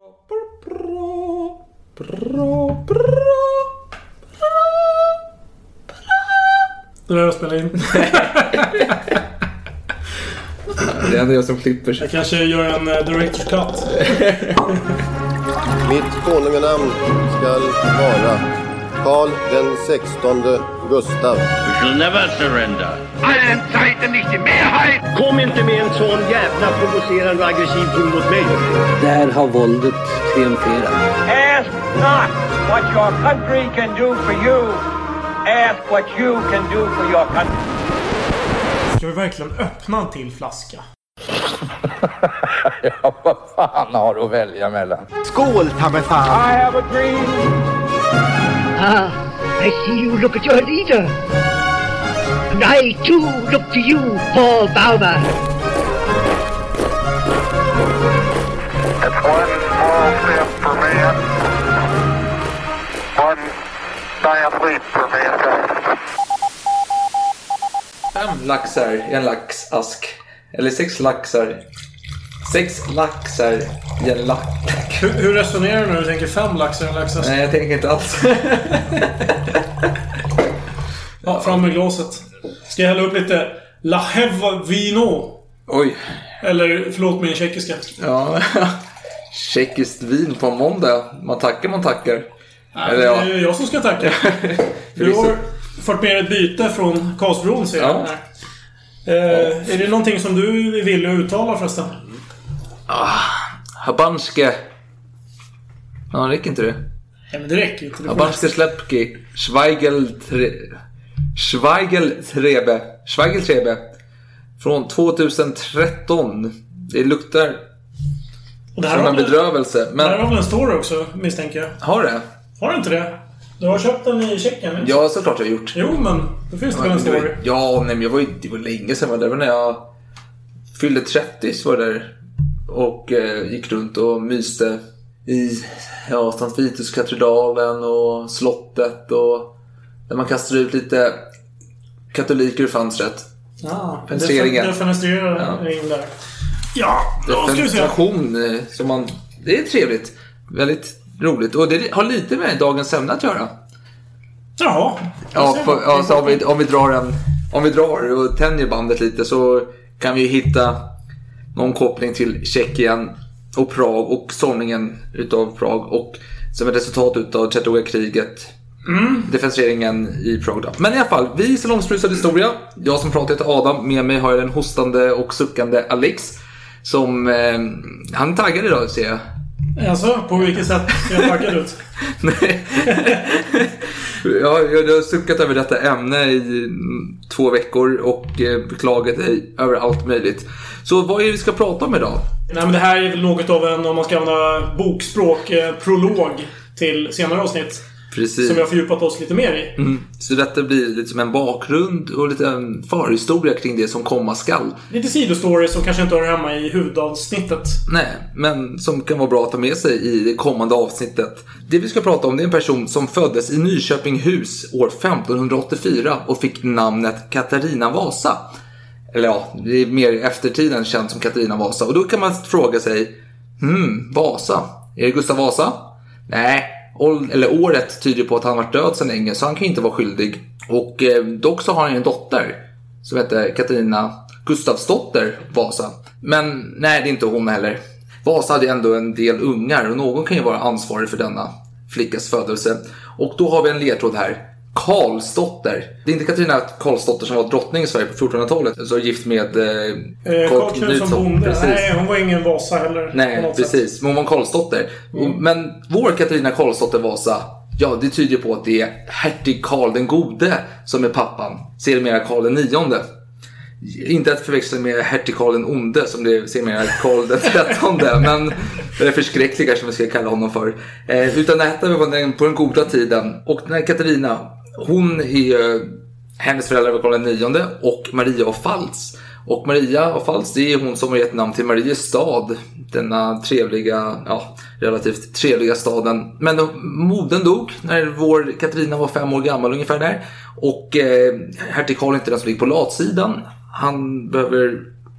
Det där jag spelar in. Det är ändå jag som klipper. Jag kanske gör en director's cut. Mitt konunganamn skall vara Karl den 16 Gustav. We shall never surrender. Allen Zeiten nicht die Mehrheit! Kom inte med en sån jävla provocerande och aggressiv ton mot mig. Där har våldet triumferat. Ask not what your country can do for you. Ask what you can do for your country. Ska vi verkligen öppna en till flaska? Ja, vad fan har du att välja mellan? Skål, ta mig fan! I have a dream. Ah, I see you look at your leader. And I too look to you, Paul Bauma. It's one small step for man. One giant leap for mankind. 5 laxar i en laxask. Eller 6 laxar. 6 laxar i en lax. Hur resonerar du när du tänker 5 laxar i en laxask? Nej, jag tänker inte alls. Ja, fram med glaset. Ska jag hälla upp lite La Heva Vino? Oj. Eller förlåt min tjeckiska. Ja, tjeckiskt vin på måndag. Man tackar. Nej, eller, ja. det är jag som ska tacka. Du har fått med ett byte från Karlsbron, ser jag. Ja. Är det någonting som du vill uttala förresten? Habanske. Ja, det räcker inte det. Ja, men det räcker inte. Habanske Slepki. Schweigeltrebe. Från 2013. Det luktar och det här som en bedrövelse. Men det här har väl en story också, misstänker jag. Har det? Har du inte det? Du har köpt den i Tjeckien, inte? Ja, såklart jag har gjort. Jo, men det finns det väl en story. Ja, nej, men det var länge sedan. Det var när jag fyllde 30 så var det där. Och gick runt och myste i Sankt Vitus-katedralen och slottet. Och där man kastade ut lite katoliker ur fönstret. Ja, fenstreringen. Det fenstrerar in där. Ja, då ska vi se. Defenstration som man... Det är trevligt. Väldigt roligt. Och det har lite med dagens ämne att göra. Jaha. Ja, så om vi drar och tänjer bandet lite så kan vi hitta någon koppling till Tjeckien och Prag och stormningen utav Prag och som ett resultat utav 30-åriga kriget. Defenstreringen i Prag då. Men i alla fall, vi är långsprusad historia. Jag som pratar heter Adam. Med mig har jag den hostande och suckande Alex. Som han taggade idag, ser jag. Alltså, på vilket sätt ser jag taggad ut? Nej. Jag har suckat över detta ämne i 2 veckor och beklagat dig över allt möjligt. Så vad är det vi ska prata om idag? Nej, men det här är väl något av en, om man ska använda bokspråk, prolog till senare avsnitt. Precis. Som vi har fördjupat oss lite mer i. Så detta blir lite som en bakgrund och lite en förhistoria kring det som komma skall. Lite sidostories som kanske inte hör hemma i huvudavsnittet. Nej, men som kan vara bra att ta med sig i det kommande avsnittet. Det vi ska prata om, det är en person som föddes i Nyköpinghus år 1584 och fick namnet Katarina Vasa. Eller ja, det är mer eftertiden känt som Katarina Vasa. Och då kan man fråga sig, Vasa, är det Gustav Vasa? Nej. Eller året tyder på att han varit död sedan länge, så han kan inte vara skyldig. Och dock så har han en dotter som heter Katarina Gustavsdotter Vasa. Men nej, det är inte hon heller. Vasa hade ändå en del ungar och någon kan ju vara ansvarig för denna flickas födelse. Och då har vi en ledtråd här. Karlsdotter. Det är inte Katarina Karlsdotter som var drottning i Sverige på 1400-talet. Så gift med Karl Knutsson bonde. Precis. Nej, hon var ingen Vasa heller. Nej, precis. Men hon var Karlsdotter. Men vår Katarina Karlsdotter Vasa, ja, det tyder på att det är hertig Karl den gode som är pappan. Ser mer Karl den 9:e. Inte att förväxla med hertig Karl den onde som det ser mer Karl den 13:e. Men det är förskräckliga som vi ska kalla honom för. Utan det här var på den goda tiden. Och den här Katarina, hon är hennes föräldrar var Karl den 9:e och Maria av Pfalz. Och Maria av Pfalz, det är hon som har gett namn till Mariestad. Denna trevliga, relativt trevliga staden. Men modern dog när vår Katarina var 5 år gammal ungefär där. Och hertig Karl är inte den som ligger på latsidan. Han behöver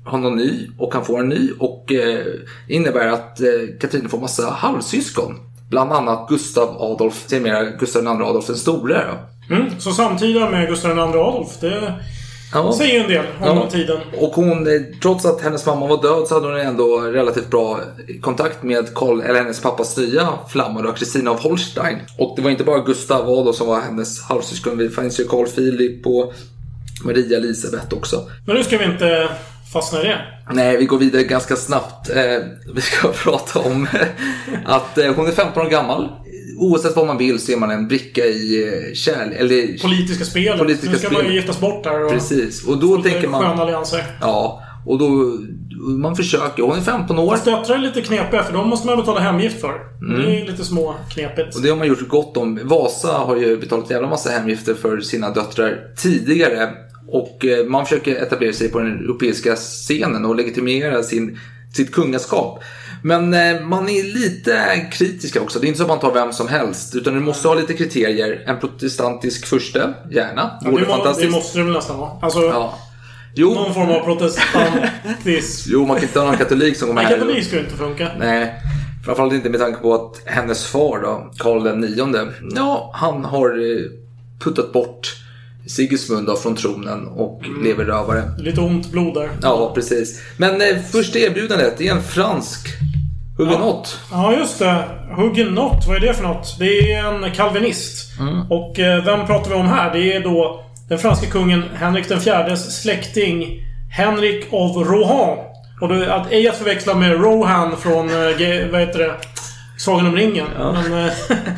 någon ny och han får en ny och innebär att Katarina får massa halvsyskon. Bland annat Gustav Adolf, till mer Gustav II Adolf den store då. Så samtidigt med Gustav II Adolf, det säger ju en del om den tiden. Och hon, trots att hennes mamma var död, så hade hon ändå relativt bra kontakt med hennes pappas nya flammor då, Kristina av Holstein. Och det var inte bara Gustav Adolf som var hennes halvsyskon. Det fanns ju Carl Philip och Maria Elisabeth också. Men nu ska vi inte fastna i det. Nej, vi går vidare ganska snabbt. Vi ska prata om att hon är 15 år gammal. Oavsett vad man vill så är man en bricka i eller politiska spel. Nu ska man ju giftas bort där. Och precis. Och då tänker man... Sköna allianser. Ja, och då... Man försöker. Hon är 15 år. Fast döttrar är lite knepiga, för de måste man betala hemgift för. Det är lite små knepigt. Och det har man gjort gott om. Vasa har ju betalat jävla massa hemgifter för sina döttrar tidigare. Och man försöker etablera sig på den europeiska scenen och legitimera sitt kungaskap. Men man är lite kritisk också. Det är inte så att man tar vem som helst, utan du måste ha lite kriterier. En protestantisk furste, gärna. Det måste det väl nästan vara. Alltså, någon form av protestantisk. Jo, man kan inte ha någon katolik som kommer här. Katolik skulle inte funka. Nej, framförallt inte med tanke på att hennes far då, Karl IX, han har puttat bort Sigismund då från tronen och lever rövare. Lite ont blod där. Ja, precis. Men första erbjudandet är en fransk hugenott. Ja, just det. Hugenott, vad är det för något? Det är en kalvinist. Och vem pratar vi om här? Det är då den franska kungen Henrik IVs släkting Henrik av Rohan. Och då, ej att förväxla med Rohan från Sagan om ringen. Men,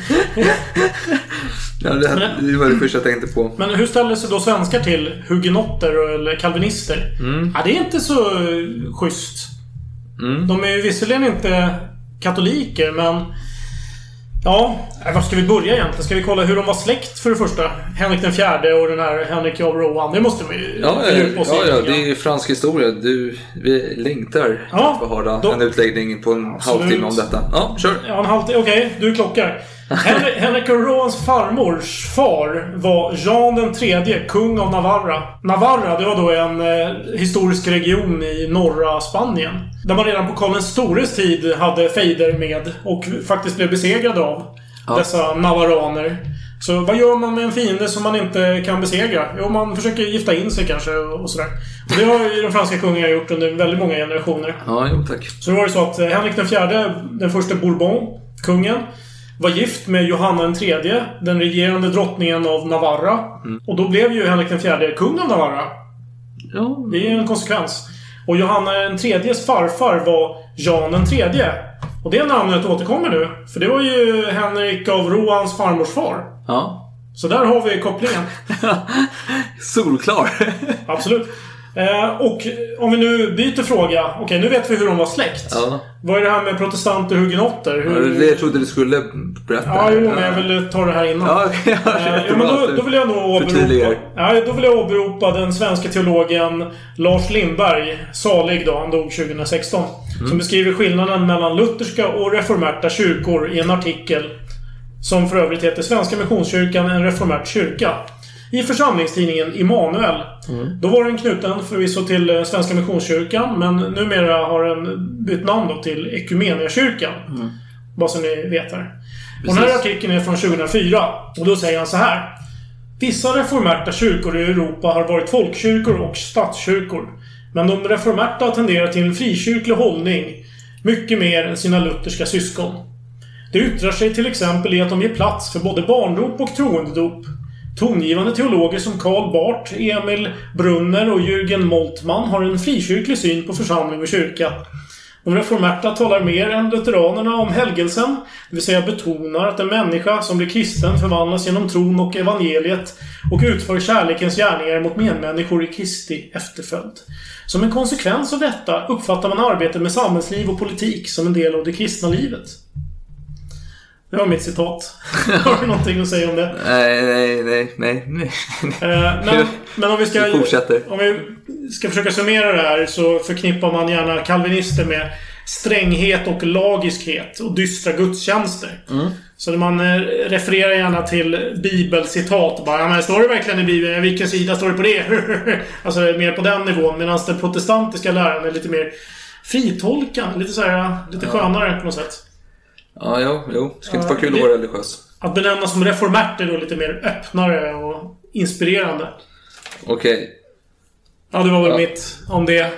det var det första jag tänkte på. Men hur ställer sig då svenskar till hugenotter eller kalvinister? Det är inte så schysst. De är ju visserligen inte katoliker, men var ska vi börja egentligen? Ska vi kolla hur de var släkt för det första? Henrik IV och den här Henrik av Rohan. Det måste vi fördjupa oss i. Ja, det är fransk historia. Vi längtar att få höra en utläggning på en halvtimme om detta. Ja, kör. Ja, en halvtimme. Okej, du klockar. Henrik av Rohans farmors far var Jean den tredje, kung av Navarra. Navarra, det var då en historisk region i norra Spanien. Där man redan på Karl den stores tid hade fejder med och faktiskt blev besegrade av dessa navarraner. Så vad gör man med en fiende som man inte kan besegra? Jo, man försöker gifta in sig kanske och sådär. Och det har ju de franska kungarna gjort under väldigt många generationer. Ja, jo, tack. Så det var det så att Henrik IV, den första Bourbon, kungen, var gift med Johanna den tredje, den regerande drottningen av Navarra. Och då blev ju Henrik IV kung av Navarra. Ja. Det är en konsekvens. Och Johanna den tredjes farfar var Jan den tredje. Och det namnet återkommer nu. För det var ju Henrik av Rohans farmors far. Ja. Så där har vi kopplingen. Solklar. Absolut. Och om vi nu byter fråga. Okej, nu vet vi hur de var släkt. Ja. Vad är det här med protestanter och hugenotter? Det jag trodde du skulle berätta. Ja, jo, men jag vill ta det här innan. Men då vill jag nog åberopa den svenska teologen Lars Lindberg, salig då, han dog 2016, som beskriver skillnaden mellan lutherska och reformerta kyrkor i en artikel som för övrigt heter Svenska Missionskyrkan, en reformert kyrka, i församlingstidningen Immanuel. Då var den knuten förvisso till Svenska Missionskyrkan, men numera har den bytt namn då till Ekumeniakyrkan. Bara så ni vet här. Och den här artikeln är från 2004. Och då säger han så här: vissa reformerta kyrkor i Europa har varit folkkyrkor och statskyrkor. Men de reformerta tenderar till en frikyrklig hållning mycket mer än sina lutherska syskon. Det yttrar sig till exempel i att de ger plats för både barndop och troendedop. Tongivande teologer som Karl Barth, Emil Brunner och Jürgen Moltmann har en frikyrklig syn på församling och kyrka. De reformerta talar mer än lutheranerna om helgelsen, det vill säga betonar att en människa som blir kristen förvandlas genom tron och evangeliet och utför kärlekens gärningar mot medmänniskor i Kristi efterföljd. Som en konsekvens av detta uppfattar man arbetet med samhällsliv och politik som en del av det kristna livet. Det var mitt citat. Har du någonting att säga om det? Nej. Men om vi ska försöka summera det här, så förknippar man gärna kalvinister med stränghet och lagiskhet och dystra gudstjänster. Så när man refererar gärna till bibelcitat bara, men står det verkligen i Bibeln? Vilken sida står det på det? Alltså mer på den nivån, medan den protestantiska läran är lite mer fritolkande, lite så här, lite skönare på något sätt. Ja, jo. Det ska inte vara kul att vara religiös. Att benämnas som reformärt är då lite mer öppnare och inspirerande. Okej. Ja, det var väl mitt om det.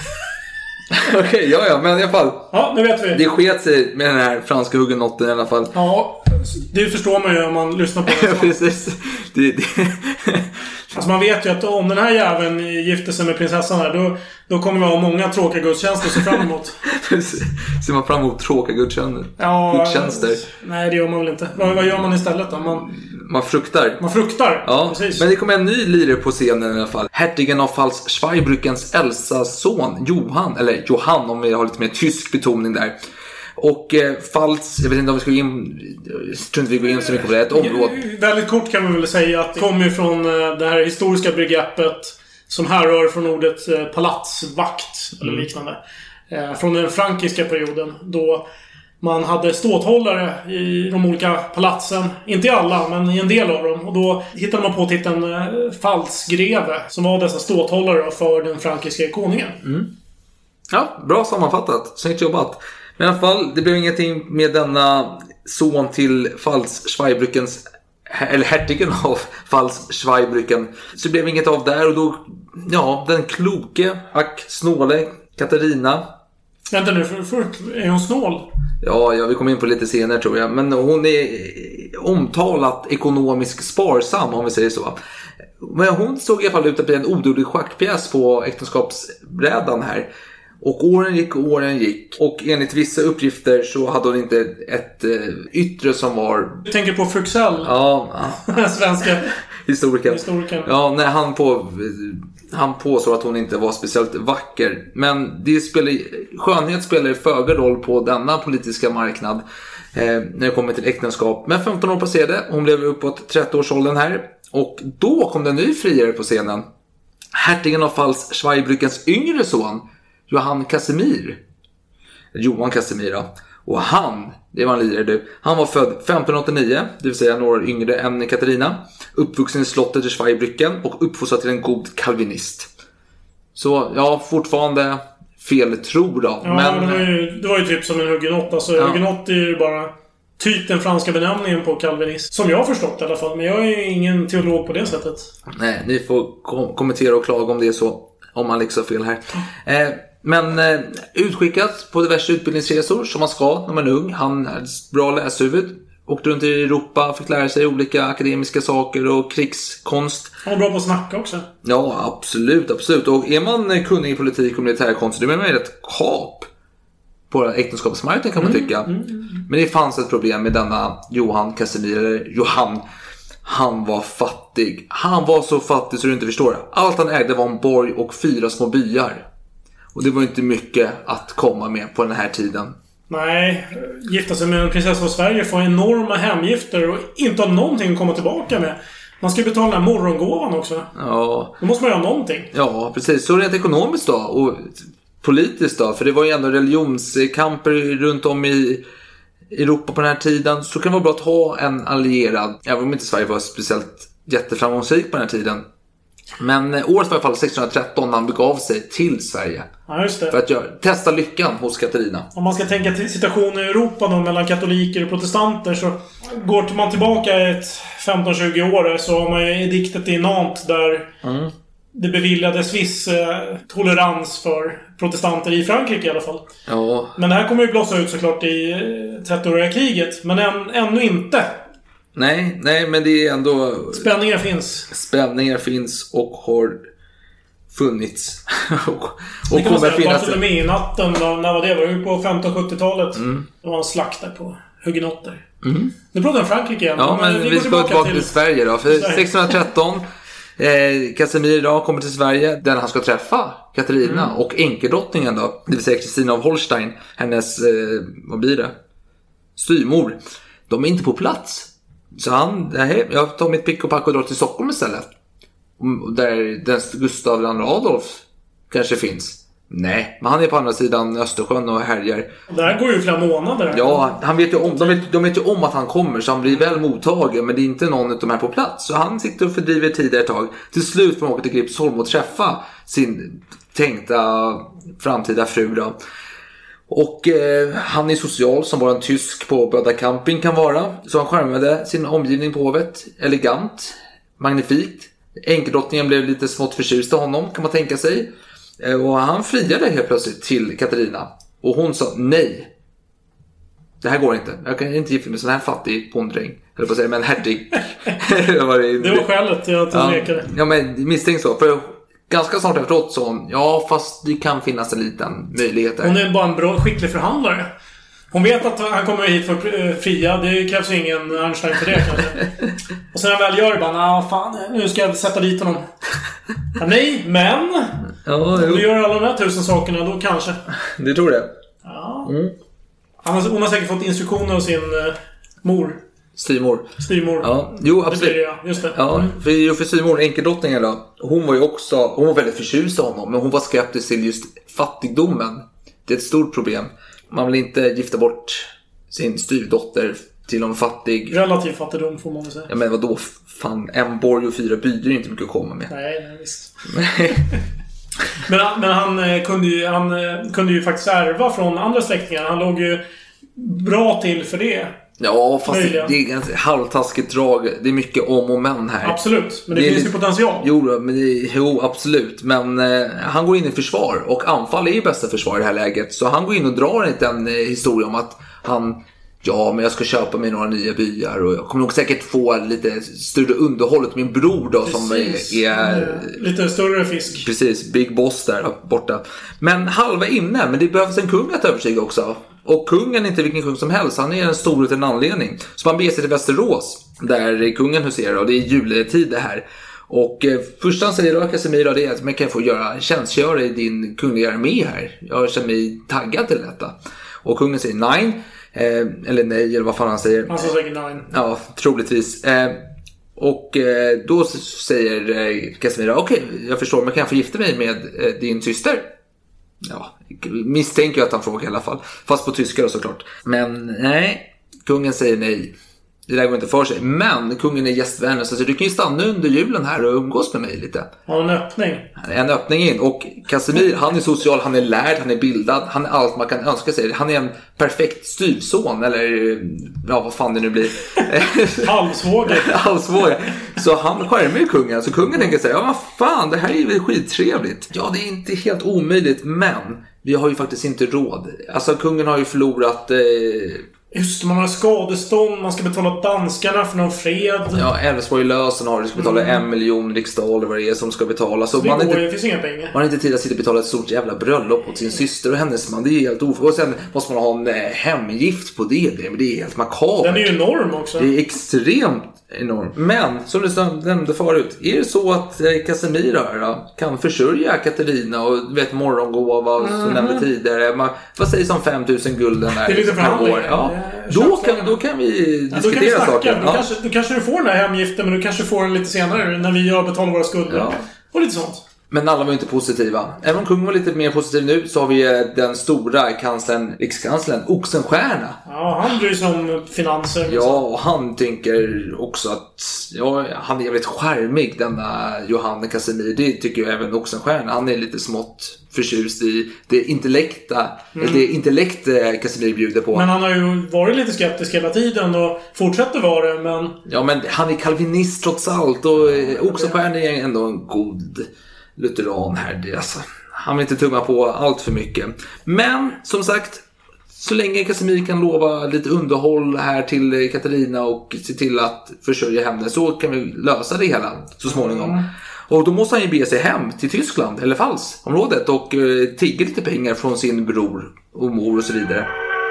Okej, ja, men i alla fall. Ja, nu vet vi. Det sket sig med den här franska hugenotten i alla fall. Ja, det förstår man ju om man lyssnar på det. Precis. Alltså man vet ju att om den här jäveln gifter sig med prinsessan här, då kommer vi ha många tråkiga gudstjänster att se fram emot. Ser man fram emot tråkiga gudstjänster? Ja, gudstjänster? Nej, det gör man väl inte. Vad gör man istället då? Man fruktar. Man fruktar, ja, precis. Men det kommer en ny lirare på scenen i alla fall. Hertigen av Pfalz-Zweibrückens äldsta son, Johan, om vi har lite mer tysk betoning där. Och Pfalz, jag vet inte om vi ska gå in, jag tror inte vi går in så mycket på det, ett område. Väldigt kort kan man väl säga att det kommer från det här historiska begreppet som härrör från ordet palatsvakt eller liknande. Från den frankiska perioden då man hade ståthållare i de olika palatsen. Inte i alla, men i en del av dem. Och då hittade man på titeln Pfalzgreve, som var dessa ståthållare för den frankiska konungen. Ja, bra sammanfattat. Snyggt jobbat. Men i alla fall, det blev ingenting med denna son till Pfalz-Zweibrückens, eller hertigen av Pfalz-Zweibrücken. Så det blev inget av där, och då, ja, den kloke, snåle Katarina. Vänta nu, är hon snål? Ja, vi kommer in på lite senare tror jag. Men hon är omtalat ekonomisk sparsam, om vi säger så. Men hon såg i alla fall ut att bli en oduglig schackpjäs på äktenskapsbrädan här. Och åren gick. Och enligt vissa uppgifter så hade hon inte ett yttre som var... Du tänker på Fryxell? Ja. Svenska historikern. Ja, när han påstår att hon inte var speciellt vacker. Men skönhet spelar föga roll på denna politiska marknad när det kommer till äktenskap. Men 15 år passerade, hon blev uppåt 30-årsåldern här. Och då kom det en ny friare på scenen. Hertigen av Pfalz-Zweibrückens yngre son, Johan Casimir. Och det var en lirare du. Han var född 1589, det vill säga några år yngre än Katarina. Uppvuxen i slottet i Zweibrücken och uppfostrad till en god kalvinist. Så ja, fortfarande fel tro då. Ja, men det var ju typ som en hugenott. Alltså hugenott är ju bara typ den franska benämningen på kalvinist. Som jag har förstått i alla fall. Men jag är ju ingen teolog på det sättet. Nej, ni får kommentera och klaga om det är så. Om man liksom fel här. Men utskickat på diverse utbildningsresor som man ska när man är ung. Han är ett bra läshuvud. Åkte runt i Europa, fick lära sig olika akademiska saker och krigskonst. Han var bra på att snacka också. Ja, absolut. Och är man kunnig i politik och militärkonst, då är man ju rätt kap på äktenskapsmarknaden kan man tycka. Men det fanns ett problem med denna Johan Casimir, eller Johan. Han var fattig. Han var så fattig så du inte förstår. Allt han ägde var en borg och 4 små byar. Och det var inte mycket att komma med på den här tiden. Nej, gifta sig med en prinsessa av Sverige, få enorma hemgifter och inte ha någonting att komma tillbaka med. Man ska ju betala den här morgongåvan också. Ja. Då måste man göra någonting. Ja, precis. Så rent ekonomiskt då och politiskt då. För det var ju ändå religionskamper runt om i Europa på den här tiden. Så kan det vara bra att ha en allierad. Även om inte Sverige var speciellt jätteframgångsrik på den här tiden. Men året var i alla fall 1613 när han begav sig till Sverige. Ja, just det. För att testa lyckan hos Katarina. Om man ska tänka till situationen i Europa då, mellan katoliker och protestanter, så går man tillbaka ett 15-20 år så har man ju ediktet i Nantes där det beviljades viss tolerans för protestanter i Frankrike i alla fall. Ja. Men det här kommer ju blossa ut såklart i 30-åriga kriget. Men ännu inte. Nej, men det är ändå... Spänningar finns och har funnits. och kommer finnas. Bartholomew-natten, när var det? Var det på 15-70-talet? Det var en slakt där på hugenotter. Nu pratar om Frankrike igen. Ja, men vi ska tillbaka till Sverige då. För 1613 Casimir då kommer till Sverige där han ska träffa Katarina och enkedrottningen då. Det vill säga Kristina av Holstein. Hennes, vad blir det? Styrmor. De är inte på plats. Så jag tar mitt pick och pack och drar till Stockholm istället. Där den Gustav II Adolf kanske finns. Nej, men han är på andra sidan Östersjön och härjar. Det här går ju flera månader. Ja, han vet ju om, de vet ju om att han kommer, så han blir väl mottagen. Men det är inte någon av de här på plats. Så han sitter och fördriver tidigare ett tag. Till slut får han åka till Gripsholm och träffa sin tänkta framtida fru då. Och han är social som bara en tysk på Böda camping kan vara. Så han skärmade sin omgivning på hovet. Elegant, magnifikt. Enkeldrottningen blev lite smått förtjust av honom, kan man tänka sig. Och han friade helt plötsligt till Katarina. Och hon sa nej. Det här går inte. Jag kan inte gifta mig med sån här fattig bonddräng. Eller på att säga, men hertig. Det var skälet till att hon lekade. Ja, men misstänkt så. För ganska snart efteråt sa hon, ja fast det kan finnas en liten möjlighet där. Hon är bara en bra, skicklig förhandlare. Hon vet att han kommer hit för fria. Det krävs ju ingen Einstein för det kanske. Och sen när han väl gör det bara, fan, nu ska jag sätta dit honom. Ja, nej, men om du gör alla de här 1000 sakerna, då kanske. Du tror det? Ja. Hon har säkert fått instruktioner av sin mor. Styrmor. Ja, jo absolut. Det just det. Ja, för styrmor, enkeldrottningen då. Hon var väldigt förtjust av honom, men hon var skeptisk till just fattigdomen. Det är ett stort problem. Man vill inte gifta bort sin styrdotter till en fattig. Relativ fattigdom får man väl säga. Ja, men vadå, fan, en borg och 4 byar är inte mycket att komma med. Nej, visst. men han kunde ju faktiskt ärva från andra släktingar. Han låg ju bra till för det. Ja, fast det är ett halvtaskigt drag. Det är mycket om och men här. Absolut, men det finns ju potential. Jo, absolut. Men han går in i försvar. Och anfall är ju bästa försvar i det här läget. Så han går in och drar en liten historia om att han... Ja, men jag ska köpa mig några nya byar. Och jag kommer nog säkert få lite större underhållet. Min bror då, precis, som är... lite större fisk. Precis, Big Boss där borta. Men halva inne, men det behövs en kung att övertyga också. Och kungen är inte vilken kung som helst. Han är en stor utan anledning. Så man beger sig till Västerås, där kungen huserar. Och det är juletid det här. Och först han säger då, Casimiro, det är att man kan få tjänstgöra i din kungliga armé här. Jag känner mig taggad till detta. Och kungen säger nej. Eller nej, eller vad fan han säger. Han säger nej. Ja, troligtvis. Och då säger Casimiro, okej, jag förstår, men kan jag få gifta mig med din syster? Ja, misstänker jag att han frågar i alla fall. Fast på tyska då såklart. Men nej, kungen säger nej. Det där går inte för sig. Men kungen är gästvänlig, så du kan ju stanna under julen här och umgås med mig lite. Ja, en öppning. En öppning in. Och Casimir, han är social, han är lärd, han är bildad. Han är allt man kan önska sig. Han är en perfekt styvson. Eller, ja, vad fan det nu blir. Halvsvåger. Så han skärmar ju kungen. Så kungen tänker sig, ja vad fan, det här är ju skittrevligt. Ja, det är inte helt omöjligt, men vi har ju faktiskt inte råd. Alltså, kungen har ju förlorat... Just det, man har skadestånd, man ska betala danskarna för någon fred. Ja, Älvsborg lösen har, du ska betala 1 miljon riksdaler eller vad det är som ska betalas. Så det finns inga pengar. Man har inte tid att sitta och betala ett stort jävla bröllop åt sin syster och hennes man. Det är helt oförståeligt. Och sen måste man ha en hemgift på det. Men det är helt makabert. Den är ju enorm också. Det är extremt enorm. Men, som du nämnde förut, är det så att Casimiro kan försörja Katarina och vet morgongåva som nämnde tidigare. Vad sägs om 5000 gulden där? Det är lite förhandling. Ja. Då kan vi diskutera saker. Då kanske du får den här hemgiften, men du kanske får den lite senare när vi har betalat våra skulder. Ja. Och lite sånt. Men alla var inte positiva. Även om kungen var lite mer positiv nu, så har vi den stora rikskanslern Oxenstierna. Ja, han bryr sig om finanser. Ja, och han tänker också att han är väldigt charmig, denna Johanne Casimir. Det tycker jag även Oxenstierna. Han är lite smått förtjust i det intellekt Casimir bjuder på. Men han har ju varit lite skeptisk hela tiden och fortsätter vara det, men... Ja, men han är kalvinist trots allt, och Oxenstierna är ändå en god lutheran här. Alltså, han vill inte tumma på allt för mycket. Men som sagt, så länge Casimir kan lova lite underhåll här till Katarina och se till att försörja henne, så kan vi lösa det hela så småningom. Och då måste han ju bege sig hem till Tyskland eller Pfalzområdet och tigga lite pengar från sin bror och mor och så vidare.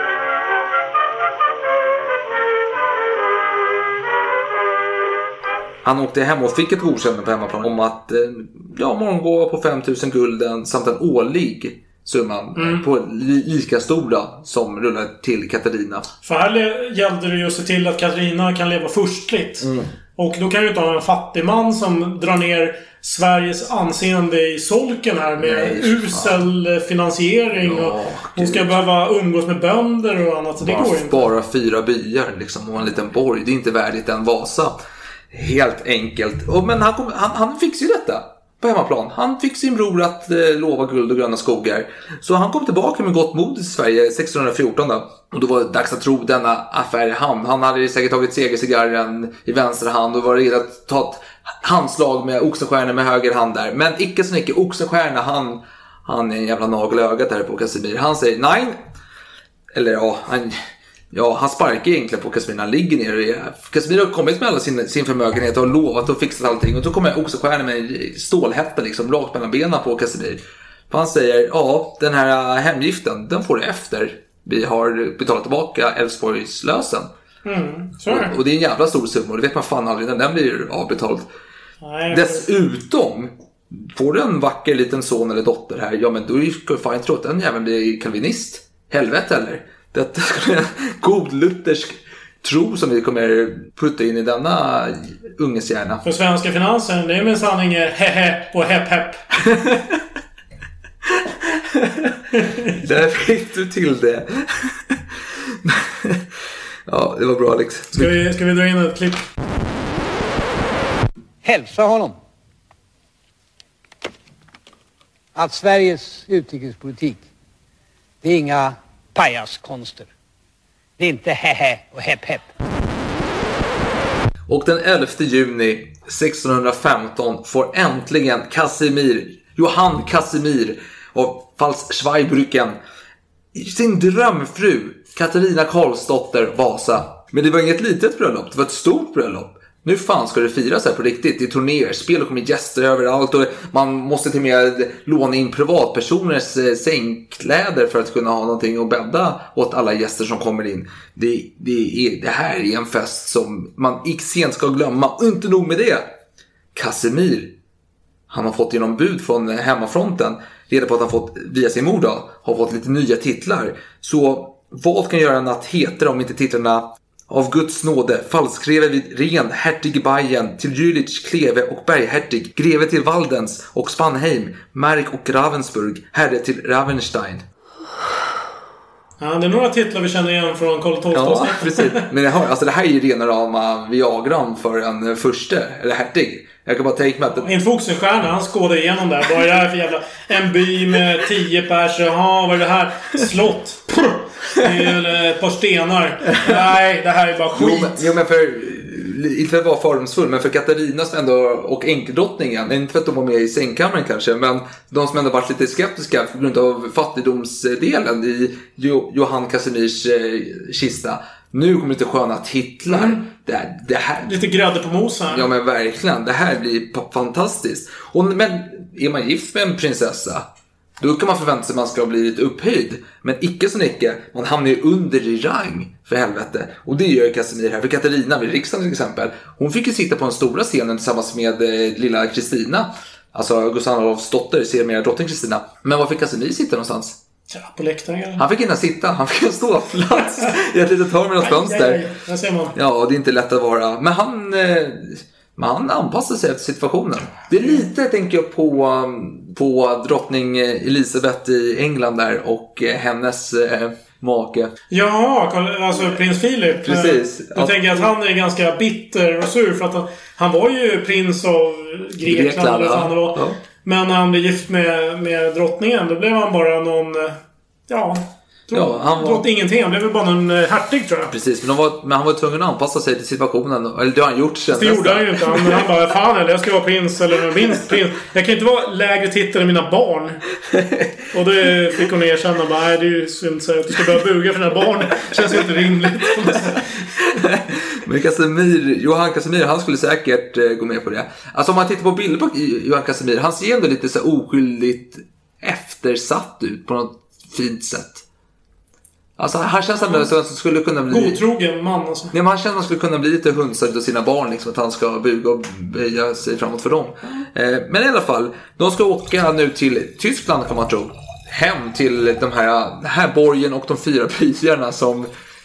Han åkte hem och fick ett godkännande på hemmaplan om att morgongåva på 5000 gulden samt en årlig summan på lika stora som rullade till Katarina. För här gällde det ju att se till att Katarina kan leva förstligt. Och då kan ju inte ha en fattig man som drar ner Sveriges anseende i solken här med usel finansiering. Ja, och hon ska behöva umgås med bönder och annat. Så det går ju inte. Bara 4 byar liksom, och en liten borg. Det är inte värdigt en Vasa. Helt enkelt. Men han fixar ju detta på hemmaplan. Han fick sin bror att lova guld och gröna skogar. Så han kom tillbaka med gott mod till Sverige 1614 då. Och då var det dags att tro denna affär i hamn. Han hade säkert tagit segercigarren i vänster hand och var redo att ta ett handslag med Oxenstierna med höger hand där. Men icke så mycket. Oxenstierna, han är en jävla nagel i ögat där på Casimir. Han säger nej. Eller han sparkar egentligen på Casimir när han ligger ner. Casimir har kommit med alla sin förmögenhet och har lovat att fixa allting. Och då kommer Oxenstierna med en stålhätta liksom, rakt mellan benen på Casimir. För han säger, den här hemgiften, den får du efter vi har betalat tillbaka Älvsborgslösen. Och det är en jävla stor summa. Och det vet man fan aldrig när den blir avbetald. Dessutom får du en vacker liten son eller dotter här. Ja, men då ska du fan tro att den jäveln blir kalvinist. Helvete eller? Detta skulle en god luthersk tro som vi kommer putta in i denna unges hjärna. För svenska finansen, det är med sanning hehe och hepp hepp. Där fick du till det. Ja, det var bra Alex. Ska vi dra in ett klipp? Hälsa honom att Sveriges utrikespolitik, det är inga pajaskonster. Det är inte hehe och hepp hepp. Och den 11 juni 1615 får äntligen Johann Casimir av Pfalz-Zweibrücken sin drömfru Katarina Karlsdotter Vasa. Men det var inget litet bröllop, det var ett stort bröllop. Nu fan ska det firas här på riktigt. Det är turnerspel och kommer gäster överallt. Och man måste till och med låna in privatpersoners sängkläder för att kunna ha någonting att bädda åt alla gäster som kommer in. Det här är en fest som man sent ska glömma. Och inte nog med det. Casimir, han har fått genom bud från hemmafronten. Reda på att han fått, via sin mor då, har fått lite nya titlar. Så vad kan göra en natt heter om inte titlarna av Guds nåde, falskreve vid Ren, hertig Bayern, till Jülich, Kleve och Berghertig, greve till Waldens och Spanheim, Mark och Ravensburg, herre till Ravenstein. Ja, det är några titlar vi känner igen från Karl XII. Ja, precis. Men det här är ju rena rama Viagran för en furste, eller hertig. Jag kan bara tänka mig att... Inte Oxenstierna, han skådade igenom där. Vad är det här för jävla... En by med 10 pers. Jaha, vad är det här? Slott. Det är ett par stenar. Nej, det här är bara skit. Jo, men inte för att vara fördomsfull, men för Katarina som ändå, och enkeldrottningen, inte för att de var med i sängkammaren kanske, men de som ändå varit lite skeptiska på grund av fattigdomsdelen i Johann Casimirs kista. Nu kommer lite sköna titlar. Det här... Lite grädde på mosen. Ja, men verkligen. Det här blir fantastiskt. Men är man gift med en prinsessa, då kan man förvänta sig att man ska bli lite upphöjd. Men icke så mycket. Man hamnar ju under i rang, för helvete. Och det gör Casimir här. För Katarina vid riksdagen till exempel, hon fick ju sitta på den stora scenen tillsammans med lilla Kristina. Alltså Gustav Adolfs dotter, ser mer drottning Kristina. Men var fick Casimir sitta någonstans? Ja, på läktaren. Han fick inte sitta, han fick en ståplats i ett litet hörn med något fönster. Där ser man. Ja, det är inte lätt att vara. Men han anpassar sig efter situationen. Det är lite, tänker jag, på drottning Elisabeth i England där och hennes make. Ja, alltså prins Philip. Precis. Jag tänker att han är ganska bitter och sur för att han var ju prins av Grekland eller vad han var. Ja. Men när han blev gift med drottningen, då blev han bara någon... han var ingenting. Han blev väl bara en hertig, tror jag. Precis, men han var tvungen att anpassa sig till situationen. Eller det har han gjort sen. Det gjorde han ju inte. Han bara, fan, eller jag ska vara prins eller minst prins. Jag kan inte vara lägre titel än mina barn. Och då fick hon erkänna, bara, nej, det är ju synd så att du ska börja buga för dina barn. Det känns ju inte rimligt. Men Johann Casimir, han skulle säkert gå med på det. Alltså om man tittar på bilder på Johann Casimir, han ser ändå lite så oskyldigt eftersatt ut på något fint sätt. Alltså han känns ändå så att han skulle kunna bli... Godtrogen man alltså. Nej, men han känns att han skulle kunna bli lite hunsad av sina barn liksom, att han ska buga och böja sig framåt för dem. Men i alla fall, de ska åka nu till Tyskland, kan man tro. Hem till den här borgen och de 4 byarna som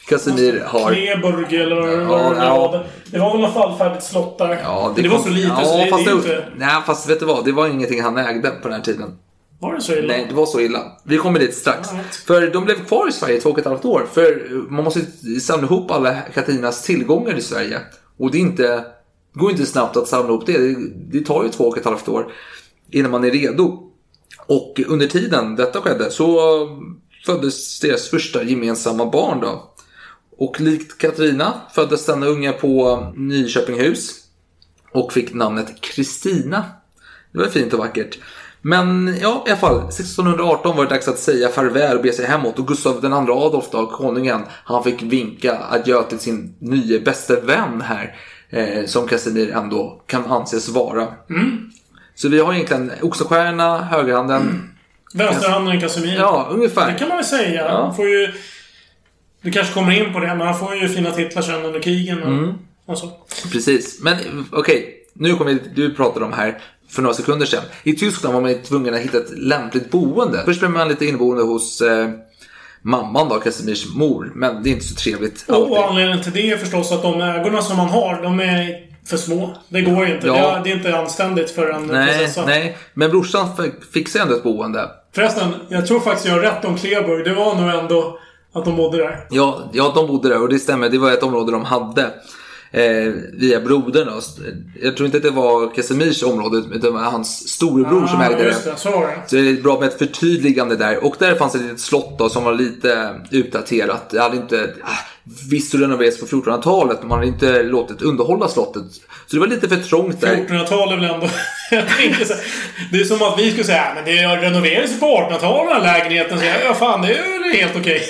Casimir har... Kleburg eller det var väl något fallfärdigt slott där. Ja, det var så lite så det är inte... Nej, fast vet du vad? Det var ingenting han ägde på den här tiden. Var det så illa? Nej, det var så illa. Vi kommer dit strax. För de blev kvar i Sverige 2,5 år. För man måste samla ihop alla Katarinas tillgångar i Sverige. Och det går inte snabbt att samla ihop det. Det tar ju 2,5 år innan man är redo. Och under tiden detta skedde så föddes deras första gemensamma barn då. Och likt Katarina föddes denna unga på Nyköpinghus och fick namnet Kristina. Det var fint och vackert. Men ja, i alla fall 1618 var det dags att säga farväl och be sig hemåt. Och Gustav II Adolf då, konungen, han fick vinka adjö till sin nya bästa vän här, som Casimir ändå kan anses vara. Så vi har egentligen Oxenstierna, högerhanden, vänsterhanden Casimir. Ja, ungefär. Det kan man väl säga. Ja. Han får ju, du kanske kommer in på det, men han får ju fina titlar sen under krigen och så. Precis, men okej, nu kommer du pratade om här för några sekunder sedan. I Tyskland var man tvungen att hitta ett lämpligt boende. Först blev man lite inneboende hos mamman då, Casimirs mor. Men det är inte så trevligt. Och anledningen till det är förstås att de ägorna som man har, de är för små. Det går ju inte. Ja. Det är inte anständigt för en prinsessa. Nej, men brorsan fick sig ändå ett boende. Förresten, jag tror faktiskt jag har rätt om Kleburg. Det var nog ändå att de bodde där. Ja, de bodde där och det stämmer. Det var ett område de hade. Via brodern då. Jag tror inte att det var Casimirs område, utan det var hans storebror som ägde det. Så det är bra med ett förtydligande där. Och där fanns ett litet slott då, som var lite utdaterat. Det hade inte visst renoverats på 1400-talet, men man hade inte låtit underhålla slottet. Så det var lite för trångt där. 1400-talet väl ändå. Jag tänkte så, det är som att vi skulle säga, men det renoverades på 1800-talet den lägenheten. Så ja fan, det är ju helt okej.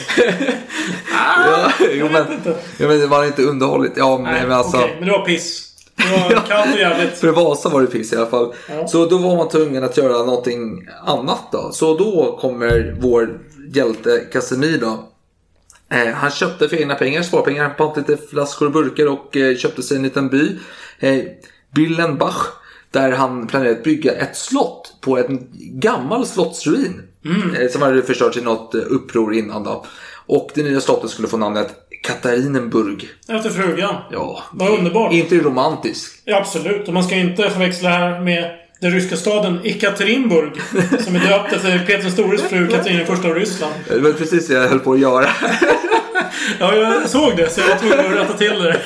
Men det var inte underhållit. Ja, men alltså... Okej, men det var piss. Det var kallt och jävligt. För Vasa var det piss i alla fall. Ja. Så då var man tvungen att göra någonting annat då. Så då kommer vår hjälte Casimir då. Han köpte för egna pengar, sparpengar, på lite flaskor och burkar och köpte sig en liten by, Billenbach, där han planerade att bygga ett slott på en gammal slottsruin som hade förstört i något uppror innan då. Och det nya slottet skulle få namnet Katarinenburg. Efter frugan. Ja. Vad underbart. Inte romantisk. Ja, absolut. Och man ska inte förväxla här med den ryska staden Ekaterinburg, som är döpt efter Peter den stores fru Katarina I av Ryssland. Det var precis det jag höll på att göra. Ja, jag såg det, så jag var tvungen att rätta till det.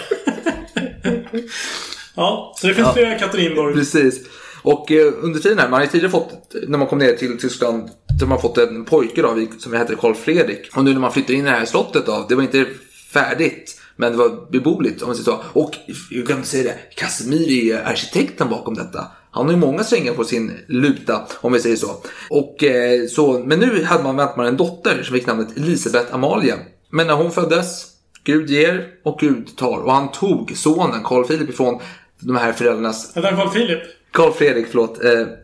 Ja, så det finns flera Ekaterinburg. Precis. Och under tiden här, man har tidigare fått, när man kom ner till Tyskland, så man fått en pojke då, som heter Karl Fredrik. Och nu när man flyttar in i det här slottet då, det var inte färdigt, men det var beboeligt om man säger så. Och jag kan säga det, Casimir är arkitekten bakom detta. Han har ju många strängar på sin luta, om vi säger så. Och så, men nu hade man en dotter som fick namnet Elisabeth Amalia. Men när hon föddes, Gud ger och Gud tar. Och han tog sonen Carl Philip ifrån de här föräldrarnas... Det är Carl Philip? Carl Fredrik, förlåt.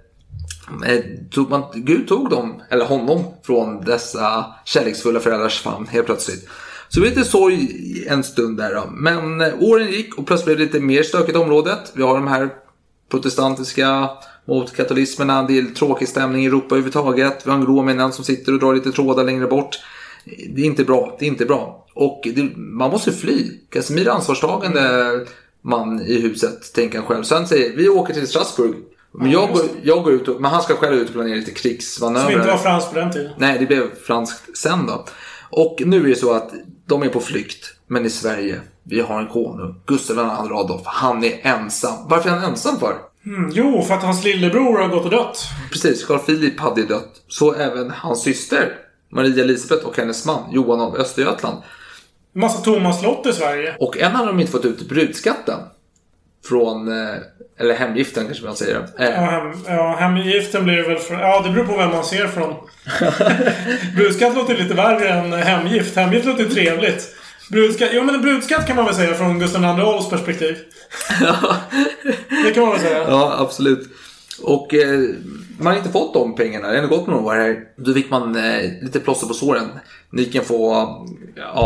Gud tog dem, eller honom, från dessa kärleksfulla föräldrars famn helt plötsligt. Så det var lite sorg en stund där då. Men åren gick och plötsligt blev det lite mer stökigt området. Vi har de här protestantiska mot katolismerna. Det är tråkig stämning i Europa överhuvudtaget. Vi har en grå männen som sitter och drar lite trådar längre bort. Det är inte bra. Och man måste fly. Casimir är ansvarstagande man i huset, tänker han själv. Så han säger, vi åker till Strasbourg. Men jag går ut men han ska själv ut och planera lite krigsmanövrar. Som inte var franskt på den tiden. Nej, det blev franskt sen då. Och nu är det så att de är på flykt. Men i Sverige, vi har en konung, Gustav II Adolf. Han är ensam. Varför är han ensam för? Jo, för att hans lillebror har gått och dött. Precis, Carl Philip hade dött. Så även hans syster Maria Elisabeth och hennes man Johan av Östergötland. En massa tomma slott i Sverige. Och än hade de inte fått ut brudskatten. Från, eller hemgiften kanske man säger. Ja, hemgiften blir väl från... Ja, det beror på vem man ser från. Brudskatt låter lite värre än hemgift. Hemgift låter trevligt. Brudskatt, jo, men brudskatt kan man väl säga från Gustav II Adolfs perspektiv. Det kan man väl säga. Ja, absolut. Och man har inte fått de pengarna. Det har gått några år här. Då fick man lite plåster på såren. Ni kan få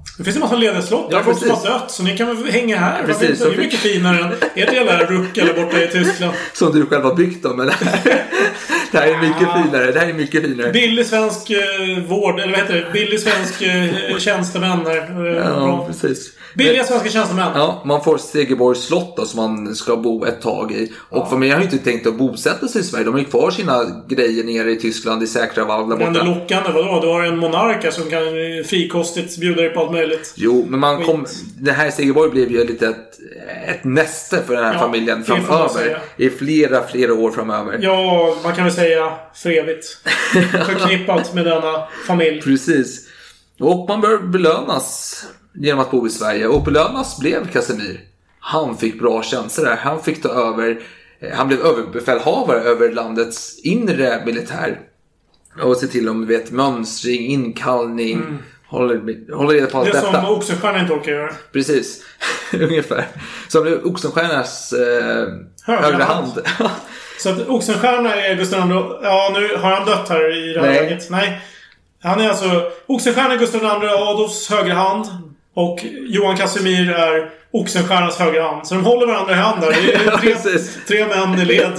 Det finns en massa ledeslott där folk som har dött. Så ni kan väl hänga här. Precis, det är mycket finare än ert jävla ruck eller borta i Tyskland. Som du själv har byggt dem. Men det här är mycket finare. Billig svensk vård. Eller vad heter det? Billig svensk tjänstemän där. Ja, precis. Billiga svenska tjänstemän. Ja, man får Stegeborgs slott då, som man ska bo ett tag i. Och familjen har ju inte tänkt att bosätta sig i Sverige. De har ju kvar sina grejer nere i Tyskland i säkra valv där borta. Men det lockande, vadå? Du har en monark som kan frikostigt bjuda dig på allt möjligt. Jo, men det här Stegeborg blev ju lite ett näste för den här familjen framöver. I flera år framöver. Ja, man kan väl säga för evigt. Förknippat med denna familj. Precis. Och man bör belönas genom att bo i Sverige. Och belönas blev Casimir. Han fick bra tjänster där. Han fick ta över. Han blev överbefälhavare över landets inre militär. Och se till om mönstring, inkallning. Håller reda på allt detta. Det som Oxenstierna inte orkar göra. Precis. Ungefär. Så blev Oxenstiernas högra hand. Så att Oxenstierna är Gustav II. Ja, nu har han dött här i det här läget. Nej. Han är alltså Oxenstierna är Gustav II Adolfs högra hand. Och Johan Casimir är Oxenstiernas högra hand. Så de håller varandra i hand där. Det är tre män i led.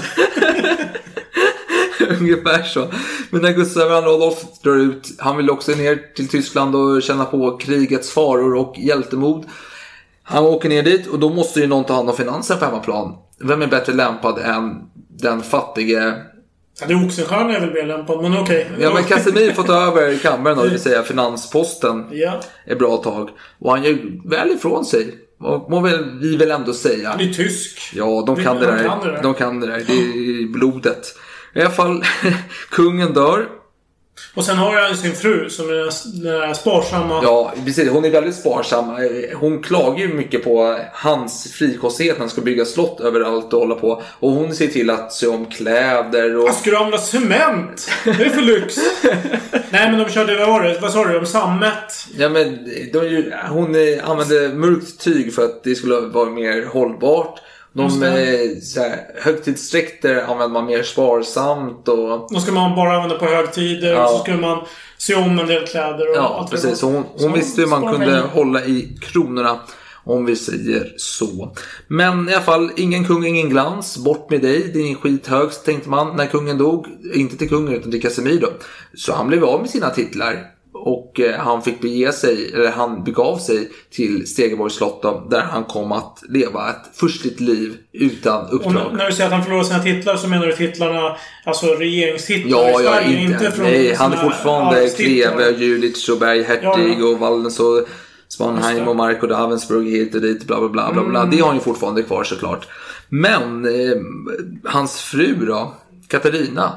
Ungefär så. Men när Gustav II Adolf drar ut, han vill också ner till Tyskland och känna på krigets faror och hjältemod. Han åker ner dit och då måste ju någon ta hand om finanser på hemmaplan. Vem är bättre lämpad än den fattige? Ja, det är Oxenstierna är väl mer lämpad, men okej. Ja, men Casimir får ta över kammaren då, det vill säga finansposten. Ett bra tag. Och han gör väl ifrån sig. Må vi väl ändå säga. Han är tysk. Ja, de kan det där. De kan det där. Det är blodet. I alla fall, kungen dör. Och sen har han sin fru som är sparsamma. Ja, precis. Hon är väldigt sparsam. Hon klagar ju mycket på hans frikostighet när han ska bygga slott överallt och hålla på. Och hon ser till att se om kläder och... Ska du använda cement? Det är för lyx. Nej, men de körde, vad sa du? Om sammet? Ja, men hon använde mörkt tyg för att det skulle vara mer hållbart. Högtidsdräkter använder man mer sparsamt och... Då ska man bara använda på högtider och så skulle man se om en del kläder och allt. Precis. Hon visste hur man kunde hålla i kronorna, om vi säger så. Men i alla fall, ingen kung, ingen glans. Bort med dig, din skit högst, tänkte man när kungen dog. Inte till kungen utan till Casimir då. Så han blev av med sina titlar. Och han begav sig till Stegeborgs slott då, där han kom att leva ett förstligt liv utan uppdrag. Och när du säger att han förlorade sina titlar så menar du titlarna, alltså regeringstitlar i Sverige, inte från... Nej, han är fortfarande Kleve, Jülich och Berghertig och Valdens och Spanheim och Mark och Davensburg hit och dit, bla bla bla bla bla. Det har han ju fortfarande kvar såklart. Men hans fru då, Katarina.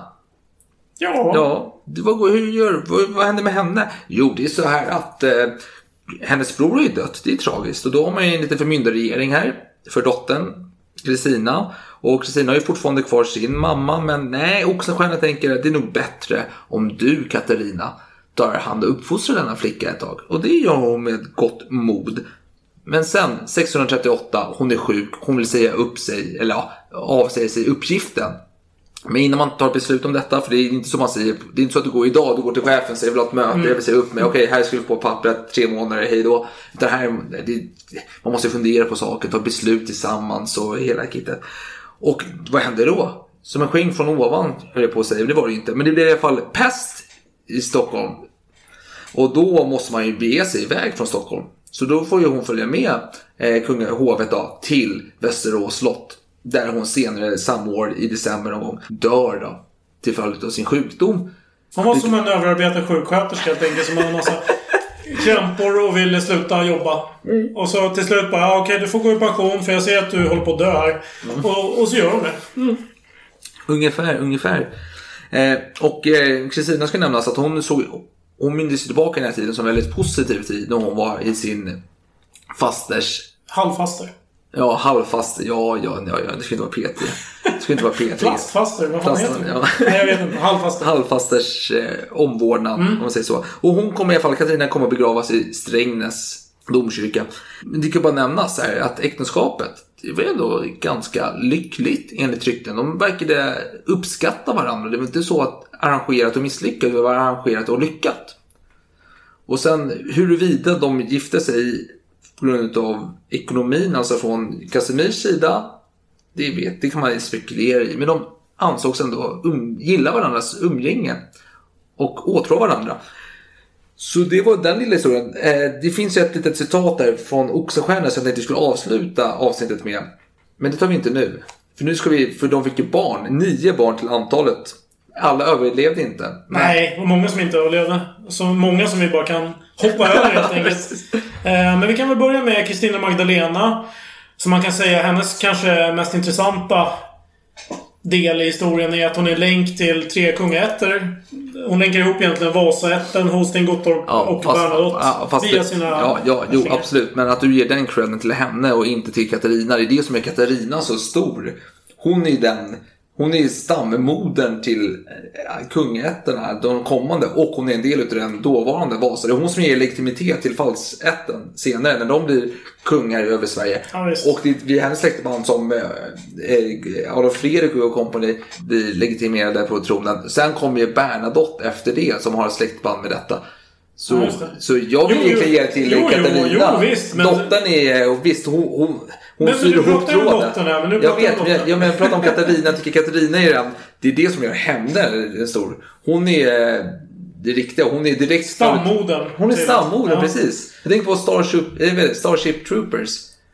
Vad hände med henne? Jo, det är så här att hennes bror är dött. Det är tragiskt. Och då har man ju en liten förmyndarregering här för dottern Kristina. Och Kristina har ju fortfarande kvar sin mamma. Men nej, Oxenstierna tänker att det är nog bättre om du, Katarina, tar hand och uppfostrar denna flicka ett tag. Och det gör hon med gott mod. Men sen, 1638, hon är sjuk. Hon vill säga upp sig, eller avsäga sig uppgiften. Men innan man tar beslut om detta, för det är inte så man säger, det är inte så att du går idag, du går till chefen, säger vill ha ett möte, jag vill säga upp mig, okej, här ska vi på pappret 3 månader, hej då. Man måste fundera på saker, ta beslut tillsammans och hela kittet. Och vad hände då? Som en skänk från ovan, höll jag på att säga, det var det inte. Men det blev i alla fall pest i Stockholm. Och då måste man ju bege sig iväg från Stockholm. Så då får ju hon följa med kungahovet då, till Västerås slott. Där hon senare samma år i december någon gång dör då, till följd av sin sjukdom. Hon var som en överarbetad sjuksköterska helt enkelt, som hade en massa krämpor och ville sluta jobba. Och så till slut bara, okej, du får gå i pension för jag ser att du håller på att dö här. Och så gör hon det. Ungefär. Och Kristina ska nämnas att hon minns tillbaka den här tiden som en väldigt positiv tid när hon var i sin fasters... Halvfaster. Ja, halvfaster. Ja, det skulle inte vara PT. Plastfaster, vad fan heter det? Nej, jag vet inte. Halvfasters omvårdnad, om man säger så. Och hon kommer i alla fall, Katarina kommer begravas i Strängnäs domkyrka. Men det kan bara nämnas här att äktenskapet, det var ändå ganska lyckligt enligt rykten. De verkade uppskatta varandra. Det var inte så att arrangerat och misslyckat, det var arrangerat och lyckat. Och sen huruvida de gifte sig på grund av ekonomin, alltså från Casimirs sida, det kan man spekulera i. Men de ansågs ändå gilla varandras umgänge och åtrå varandra. Så det var den lilla historien. Det finns ett litet citat där från Oxenstierna som jag tänkte skulle avsluta avsnittet med. Men det tar vi inte nu. För de fick ju barn, 9 barn till antalet. Alla överlevde inte. Nej, och många som inte överlevde. Så många som vi bara kan hoppa över helt enkelt. Men vi kan väl börja med Kristina Magdalena. Som man kan säga hennes kanske mest intressanta del i historien är att hon är länk till 3 kungaätter. Hon länkar ihop egentligen Vasaätten, Holstein, Gottorp och Bernadotte via sina... Jo, absolut. Men att du ger den credden till henne och inte till Katarina, det är det som är Katarina så stor. Hon är stammodern till kungaätterna, de kommande, och hon är en del av den dåvarande Vasa. Det är hon som ger legitimitet till falsätten senare när de blir kungar över Sverige. Ja, och det är hennes släktband som Adolf Fredrik och company blir legitimerade på tronen. Sen kommer ju Bernadotte efter det som har ett släktband med detta. Så jag vill egentligen ge till Katarina. Visst, men... Dottern är, visst, hon syr ihop tråden. Jag pratar om Katarina. Jag tycker Katarina är det är det som gör henne stor. Hon är det riktiga. Hon är direkt stammodern. Hon är stammodern, precis. Jag tänker på Starship Troopers.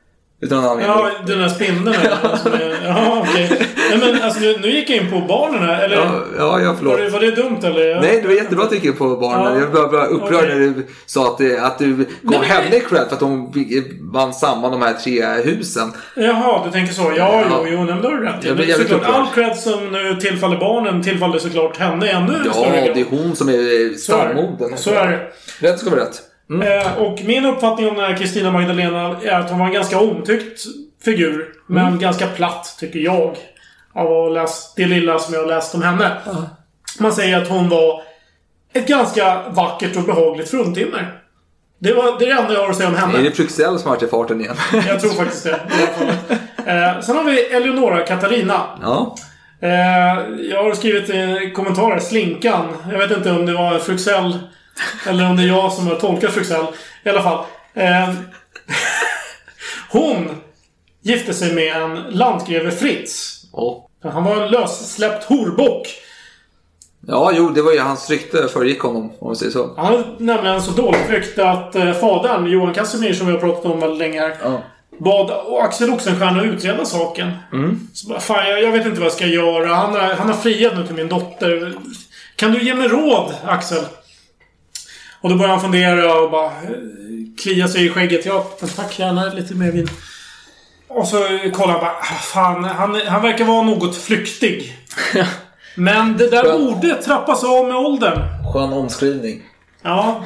Ja, den här spindeln. Ja, okej. Men alltså, nu gick jag in på barnen här, eller? Ja, förlåt. Var det dumt, eller? Nej, det var jättebra att du gick in på barnen. Jag blev bara upprörd när du sa att du gav henne cred för att hon vann samman de här 3 husen. Jaha, du tänker så. Ja, men då är det rätt. Såklart, all cred som nu tillfaller barnen tillfaller såklart henne ännu större. Ja, det är hon som är stammodern. Så är det. Rätt ska vara rätt. Och min uppfattning om den här Kristina Magdalena är att hon var en ganska omtyckt figur, men ganska platt, tycker jag, av att läsa det lilla som jag har läst om henne. Man säger att hon var ett ganska vackert och behagligt fruntimmer. Det är det enda jag har att säga om henne. Är det Fryxell som har till farten igen? Jag tror faktiskt det, i alla fall. Sen har vi Eleonora Katarina. Ja. Jag har skrivit kommentarer, slinkan. Jag vet inte om det var Fryxell eller om det är jag som har tolkat Fryxell. I alla fall. Hon gifte sig med en landgreve Fritz. Han var en lössläppt horbock. Ja, jo, det var ju hans rykte föregick honom, om vi säger så. Han hade nämligen så dåligt rykte att fadern, Johan Casimir, som vi har pratat om väldigt länge här, bad Axel Oxenstierna utreda saken. Så bara, fan, jag vet inte vad jag ska göra. Han har friat nu till min dotter. Kan du ge mig råd, Axel? Och då börjar han fundera och bara klia sig i skägget. Ja, tack, gärna lite mer vin. Och så kollar han bara, fan, han verkar vara något flyktig. Men det där borde trappas av med åldern. Skön omskrivning. Ja.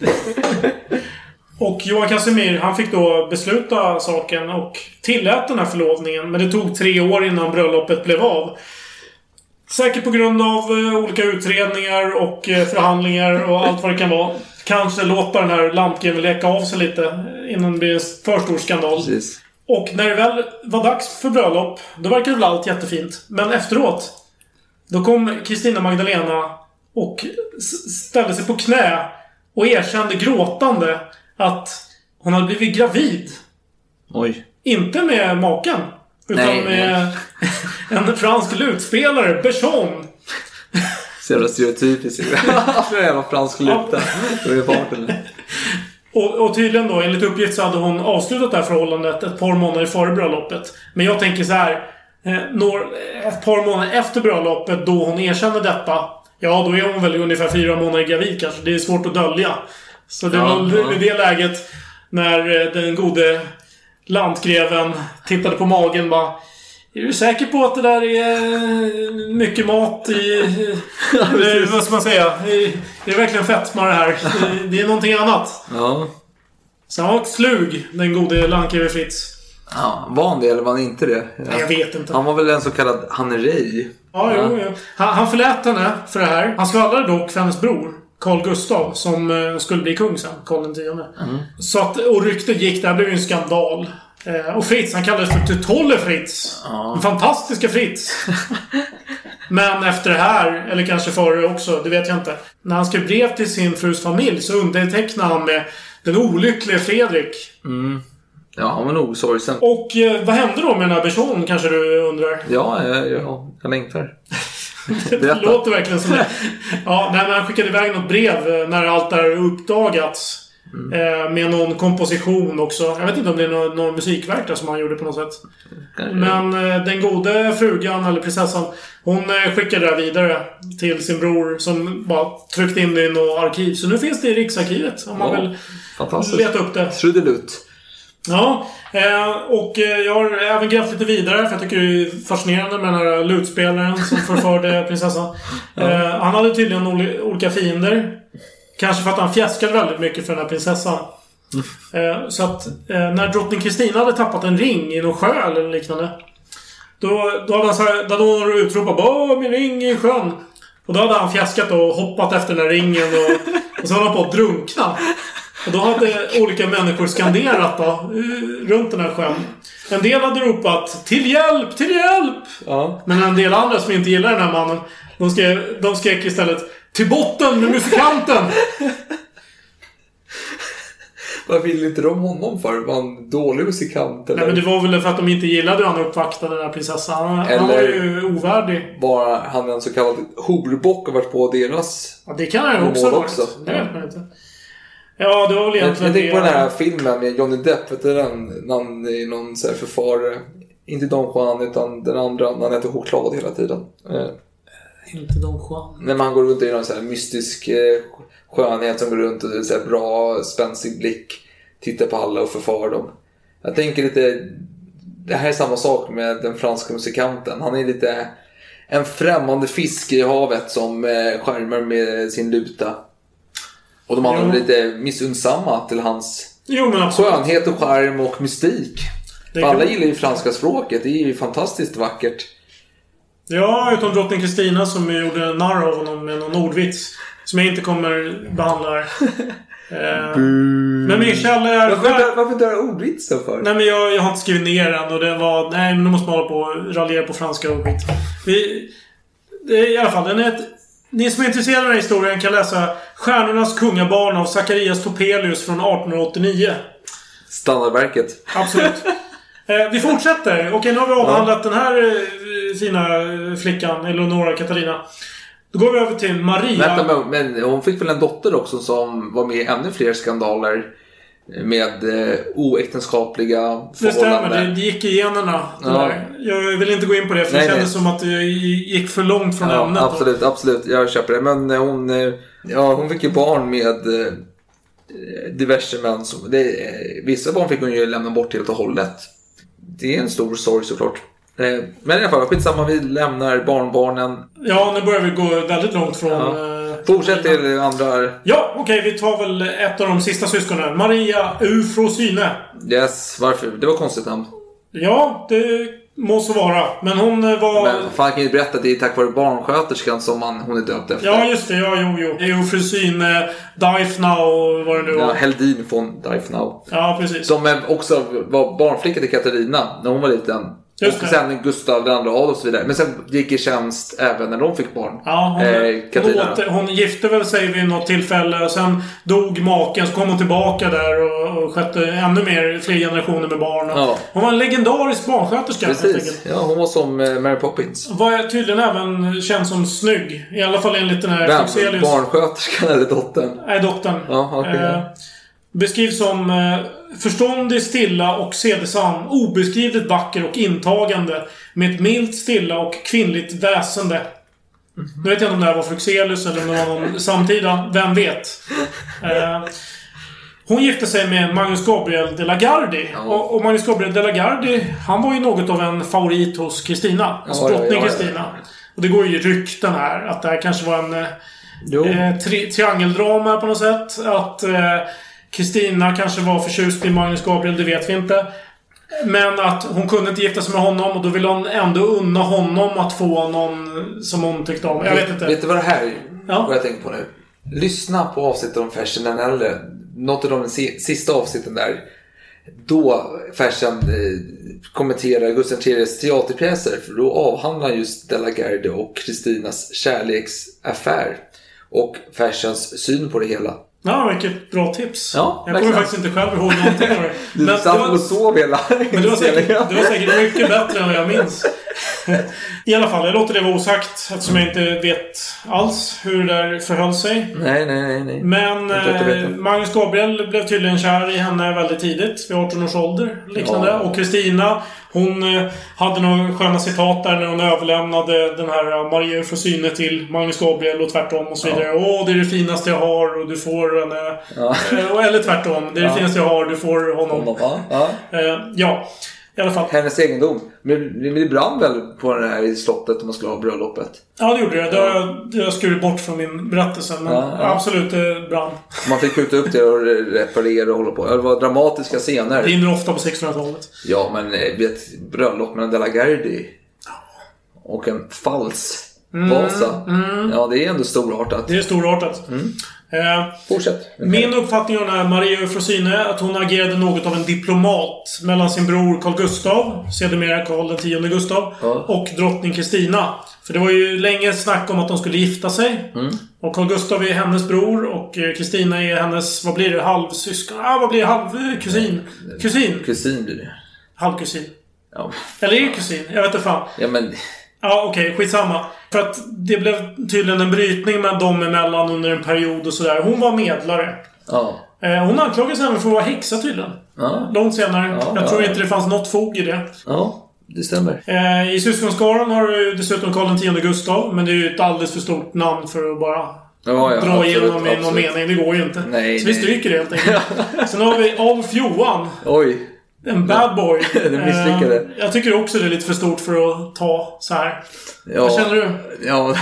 Och Johan Casimir, han fick då besluta saken och tillät den här förlovningen. Men det tog 3 år innan bröllopet blev av. Säkert på grund av olika utredningar och förhandlingar och allt vad det kan vara. Kanske låta den här lantgreven leka av sig lite innan det blir en för stor skandal. Precis. Och när det väl var dags för bröllop, då verkade väl allt jättefint. Men efteråt, då kom Kristina Magdalena och ställde sig på knä och erkände gråtande att hon hade blivit gravid. Oj. Inte med maken, utan med en fransk lutspelare, Berson. Så jävla stereotypiskt. Det är vad fransk luta. Och tydligen då, enligt uppgift så hade hon avslutat det här förhållandet ett par månader före bröllopet. Men jag tänker så här, ett par månader efter bröllopet, då hon erkände detta, ja, då är hon väl ungefär 4 månader gravid kanske. Det är svårt att dölja. Så det var i det läget när den gode lantgreven tittade på magen, bara, är du säker på att det där är mycket mat i... vad ska man säga? Det är verkligen fetma det här. Det är någonting annat. Ja. Så han var slug, den gode lantgreve Fritz. Ja, var han det eller var han inte det? Ja. Jag vet inte. Han var väl en så kallad hanerej. Ja. Han förlät henne för det här. Han skvallrade dock för hennes bror, Carl Gustav, som skulle bli kung sen, Carl X. Så att, och ryktet gick, där blev ju en skandal. Och Fritz, han kallades för Tutolle Fritz. En fantastiska Fritz. Men efter det här, eller kanske före också, det vet jag inte. När han skrev brev till sin frus familj så undertecknade han med den olyckliga Fredrik. Mm. Ja, han var nog sorgsen. Och vad hände då med den här personen, kanske du undrar? Ja, jag längtar. Det låter verkligen som det. Ja, men han skickade iväg något brev när allt det här uppdagats. Med någon komposition också. Jag vet inte om det är någon musikverk där som han gjorde på något sätt. Men den gode frugan, eller prinsessan, hon skickade det vidare till sin bror som bara tryckte in det i något arkiv. Så nu finns det i Riksarkivet om man vill leta upp det. Trudelutt. Ja, och jag har även grävt lite vidare för jag tycker det är fascinerande med den här lutspelaren som förförde prinsessan. Han hade tydligen olika fiender. Kanske för att han fjäskade väldigt mycket för den här prinsessan. Så att när drottning Kristina hade tappat en ring i någon sjö eller liknande, då hade han så här, då hade hon utropat bara min ring i sjön. Och då hade han fjäskat och hoppat efter den här ringen och så höll han på att drunkna. Och då hade olika människor skanderat då, runt den här sjön. En del hade ropat till hjälp, till hjälp! Ja. Men en del andra som inte gillar den här mannen, de skrek istället till botten med musikanten! Vad vill inte de honom för? Var han dålig musikant? Eller? Nej, men det var väl för att de inte gillade hur han uppvaktade den här prinsessan. Han var ju ovärdig. Bara han en så kallad horbock och varit på deras... Ja, det kan han ju också varit. Det vet man inte. Ja, det var väl egentligen... Jag tänkte på den här filmen med Johnny Depp. Vet du den? Han är någon så här förfarare. Inte Don Juan utan den andra. Han äter choklad hela tiden. Inte Don Juan. När man går runt i någon så här mystisk skönhet som går runt och så här bra, spänsig blick. Tittar på alla och förfar dem. Jag tänker lite... Det här är samma sak med den franska musikanten. Han är lite en främmande fisk i havet som skärmar med sin luta. Och de andra är lite missunnsamma till hans skönhet och charm och mystik. Alla gillar ju franska språket. Det är ju fantastiskt vackert. Ja, utom drottning Kristina som gjorde narr av honom med någon ordvits som jag inte kommer behandla här. Men Michel är... Varför inte göra ordvitsen för? Nej, men jag har inte skrivit ner den och det var... Nej, men nu måste man hålla på och raljera på franska ordvits. I alla fall, den är ni som är intresserade av den här historien kan läsa Stjärnornas kungabarn av Zacharias Topelius från 1889. Standardverket. Absolut. Vi fortsätter. Okej, nu har vi avhandlat den här fina flickan, Eleonora Katarina. Då går vi över till Maria. Vänta, men hon fick väl en dotter också som var med i ännu fler skandaler med oäktenskapliga förhållanden. Det stämmer, det gick i generna. Ja. Jag vill inte gå in på det för det kändes som att det gick för långt från ämnet. Absolut, jag köper det. Men hon fick ju barn med diverse män. Vissa barn fick hon ju lämna bort helt och hållet. Det är en stor sorg såklart. Men i alla fall, skitsamma, vi lämnar barnbarnen. Ja, nu börjar vi gå väldigt långt från... Fortsätt till andra. Ja, okej, vi tar väl ett av de sista syskonen. Maria Eufrosyne. Yes, varför? Det var konstigt namn. Ja, det måste vara. Men hon var... Men fan, kan ju berätta att det är tack vare barnsköterskan som hon är döpt efter. Ja, just det. Ja, jo. Eufrosyne, Difnau, vad det nu var. Ja, Heldin från Difnau. Ja, precis. Som också var barnflicka till Katarina när hon var liten. Just och sen Gustav II Adolf och så vidare. Men sen gick i tjänst även när de fick barn. Ja, hon gifte väl sig vid något tillfälle. Sen dog maken, så kom hon tillbaka där och skötte ännu fler generationer med barn. Ja. Hon var en legendarisk barnsköterska. Precis, ja, hon var som Mary Poppins. Var tydligen även känd som snygg. I alla fall enligt den här Fuxelius. Barnsköterskan eller dottern? Nej, dottern. Ja, okay. Beskrivs som förståndig, stilla och sedesam, obeskrivligt vacker och intagande, med ett milt, stilla och kvinnligt väsende. Nu vet jag inte om det här var Fuxelius eller någon samtida, vem vet. Hon gifte sig med Magnus Gabriel de la Gardie. Och Magnus Gabriel de la Gardie, han var ju något av en favorit hos Kristina. Alltså drottning Kristina. Och det går ju rykten här att det här kanske var en triangeldrama på något sätt. Att Kristina kanske var förtjust i Magnus Gabriel, det vet vi inte. Men att hon kunde inte gifta sig med honom, och då ville hon ändå unna honom att få någon som hon tyckte om. Jag vet inte. Vet du vad det här är? Ja? Vad jag tänker på nu? Lyssna på avsnittet om Fashion and Eller. Något av de sista avsnitten där. då Fersen kommenterar Gustav III:s teaterpjäser, för då avhandlar just De la Gardie och Kristinas kärleksaffär och Fersens syn på det hela. Ja, vilket bra tips. Ja, jag kommer faktiskt inte själv ihåg någonting av det. Du satt och sov hela. Men det var säkert mycket bättre än vad jag minns. I alla fall, jag låter det vara osagt eftersom jag inte vet alls hur det där förhöll sig. Nej. Men Magnus Gabriel blev tydligen kär i henne väldigt tidigt, vid 18 års ålder, liknande. Ja. Och Kristina, hon hade några sköna citat där när hon överlämnade den här Maria Eufrosyne till Magnus Gabriel och tvärtom och så vidare. Åh, det är det finaste jag har och du får henne. Ja. Eller tvärtom, det är det finaste jag har, du får honom. Ja. I alla fall. Hennes egendom. Men det brann väl på den här i slottet om man skulle ha bröllopet? Ja, det gjorde det. Det har jag skurit bort från min berättelse. Men absolut, det brann. Man fick skjuta upp det och reparera och hålla på. Det var dramatiska scener. Det inner ofta på 1600-talet. Ja, men vet, bröllop med en De la Gardie och en fals Vasa. Ja, det är ändå storartat. Det är storartat. Fortsätt. Min uppfattning om Maria Eufrosyne är att hon agerade något av en diplomat mellan sin bror Carl Gustav, sedermera Carl X Gustav, och drottning Kristina. För det var ju länge snack om att de skulle gifta sig. Och Carl Gustav är hennes bror och Kristina är hennes, vad blir det, halvsyskon? Vad blir det? Halvkusin? Kusin blir det. Halvkusin. Ja. Eller är det kusin? Jag vet inte fan. Ja, men... Ja, okej, skitsamma. För att det blev tydligen en brytning med dem emellan under en period och sådär. Hon var medlare. Ja. Hon anklagades även för att vara häxa tydligen. Ja. Långt senare. Jag tror inte det fanns något fog i det. Ja, det stämmer. I syskonskaran har du dessutom Carl X Gustav. Men det är ju ett alldeles för stort namn för att bara dra igenom i någon mening. Det går ju inte. Nej, så vi stryker det helt enkelt. Sen har vi Adolf Johan. Oj. En bad boy. Den misslyckade. Jag tycker också det är lite för stort för att ta så här. Ja, vad känner du? Ja,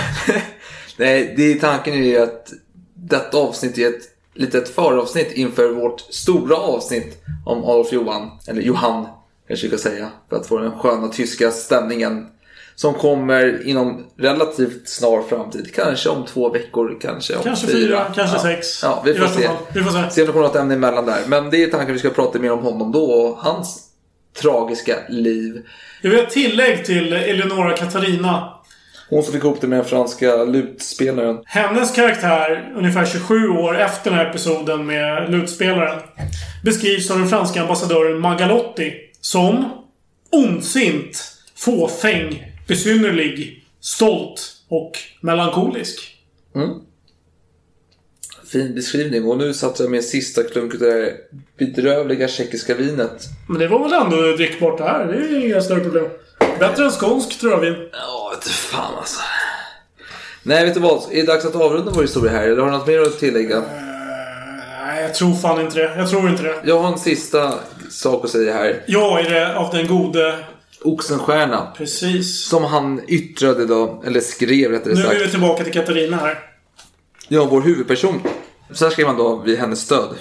nej, det är tanken är ju att detta avsnitt är ett litet föravsnitt inför vårt stora avsnitt om Adolf Johan, eller Johan kanske jag ska säga, för att få den sköna tyska stämningen som kommer inom relativt snar framtid. Kanske om 2 veckor, kanske om 4, kanske 6. Ja, vi får se. Se om det kommer något ämne emellan där. Men det är tanken vi ska prata mer om honom då och hans tragiska liv. Jag vill ha tillägg till Eleonora Katarina. Hon som fick ihop det med den franska lutspelaren. Hennes karaktär, ungefär 27 år efter den här episoden med lutspelaren, beskrivs av den franska ambassadören Magalotti som ondsint, fåfäng, besynnerlig, stolt och melankolisk. Fin beskrivning. Och nu satt jag med sista klunket av det här bedrövliga tjeckiska vinet. Men det var väl ändå drickbart det här. Det är inga större problem. Bättre än skånsk trövin. Ja, vet du fan alltså. Nej, vet du vad? Är det dags att avrunda vår historia här? Eller har du något mer att tillägga? Nej, jag tror fan inte det. Jag tror inte det. Jag har en sista sak att säga här. Ja, är det av den gode... Oxenstierna. Precis. Som han yttrade då, eller skrev rättare sagt. Nu är vi tillbaka till Katarina här. Ja, vår huvudperson. Så här skrev han då vid hennes stöd.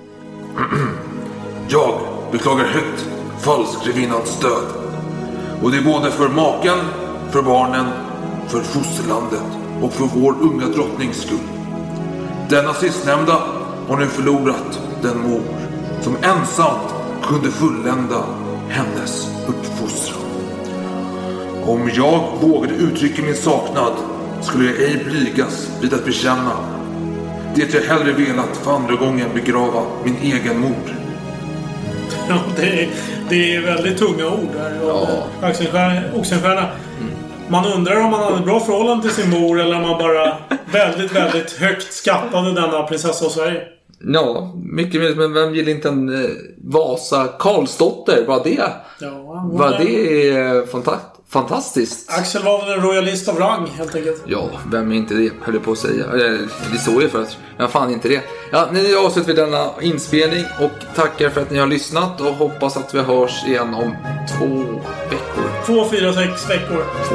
Jag beklagar högt falskrevinnans död. Och det är både för maken, för barnen, för fosterlandet och för vår unga drottnings skull. Denna sistnämnda har nu förlorat den mor som ensamt kunde fullända hennes uppfostran. Om jag vågade uttrycka min saknad skulle jag ej blygas vid att bekänna det jag hellre velat för andra gången begrava min egen mor. Ja, det är väldigt tunga ord här. Ja. Oxenstierna. Man undrar om man hade ett bra förhållande till sin mor eller om man bara väldigt, väldigt högt skattade denna prinsessa av Sverige. Ja, mycket möjligt, men vem vill inte en Vasa Karlsdotter? Vad det? Ja, vad det är fantastiskt. Axel var väl en royalist av rang, helt enkelt. Ja, vem är inte det, höll jag på att säga. Det står ju för att, men fan inte det. Ja, ni avslutar vid denna inspelning och tackar för att ni har lyssnat och hoppas att vi hörs igen om 2 veckor. 2, 4, 6 veckor. 2.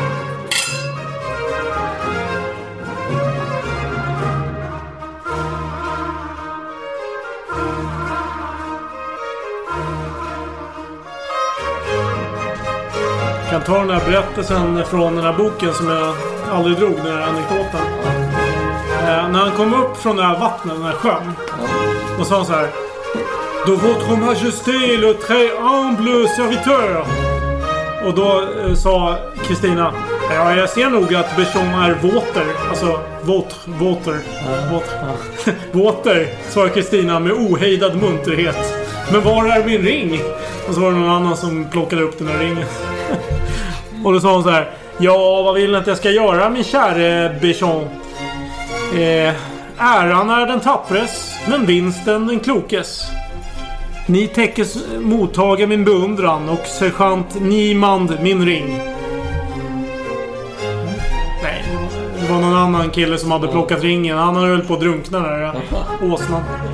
Jag kan ta den här berättelsen från den här boken som jag aldrig drog, den här anekdoten. När han kom upp från det här vattnet, den här sjön, och sa så här: De votre majesté, le très humble serviteur. Och då sa Kristina: ja, jag ser nog att Bichon är våter. Alltså, våter. Våter, sa Kristina med ohejdad munterhet. Men var är min ring? Och så var det någon annan som plockade upp den här ringen. Och då sa hon så här: ja, vad vill ni att jag ska göra, min käre Bichon? Äran är den tappres, men vinsten den klokes. Ni täckes mottaga min beundran och sergeant Niemand min ring. Nej, det var någon annan kille som hade plockat ringen. Han hade höll på att drunkna där, åsnan.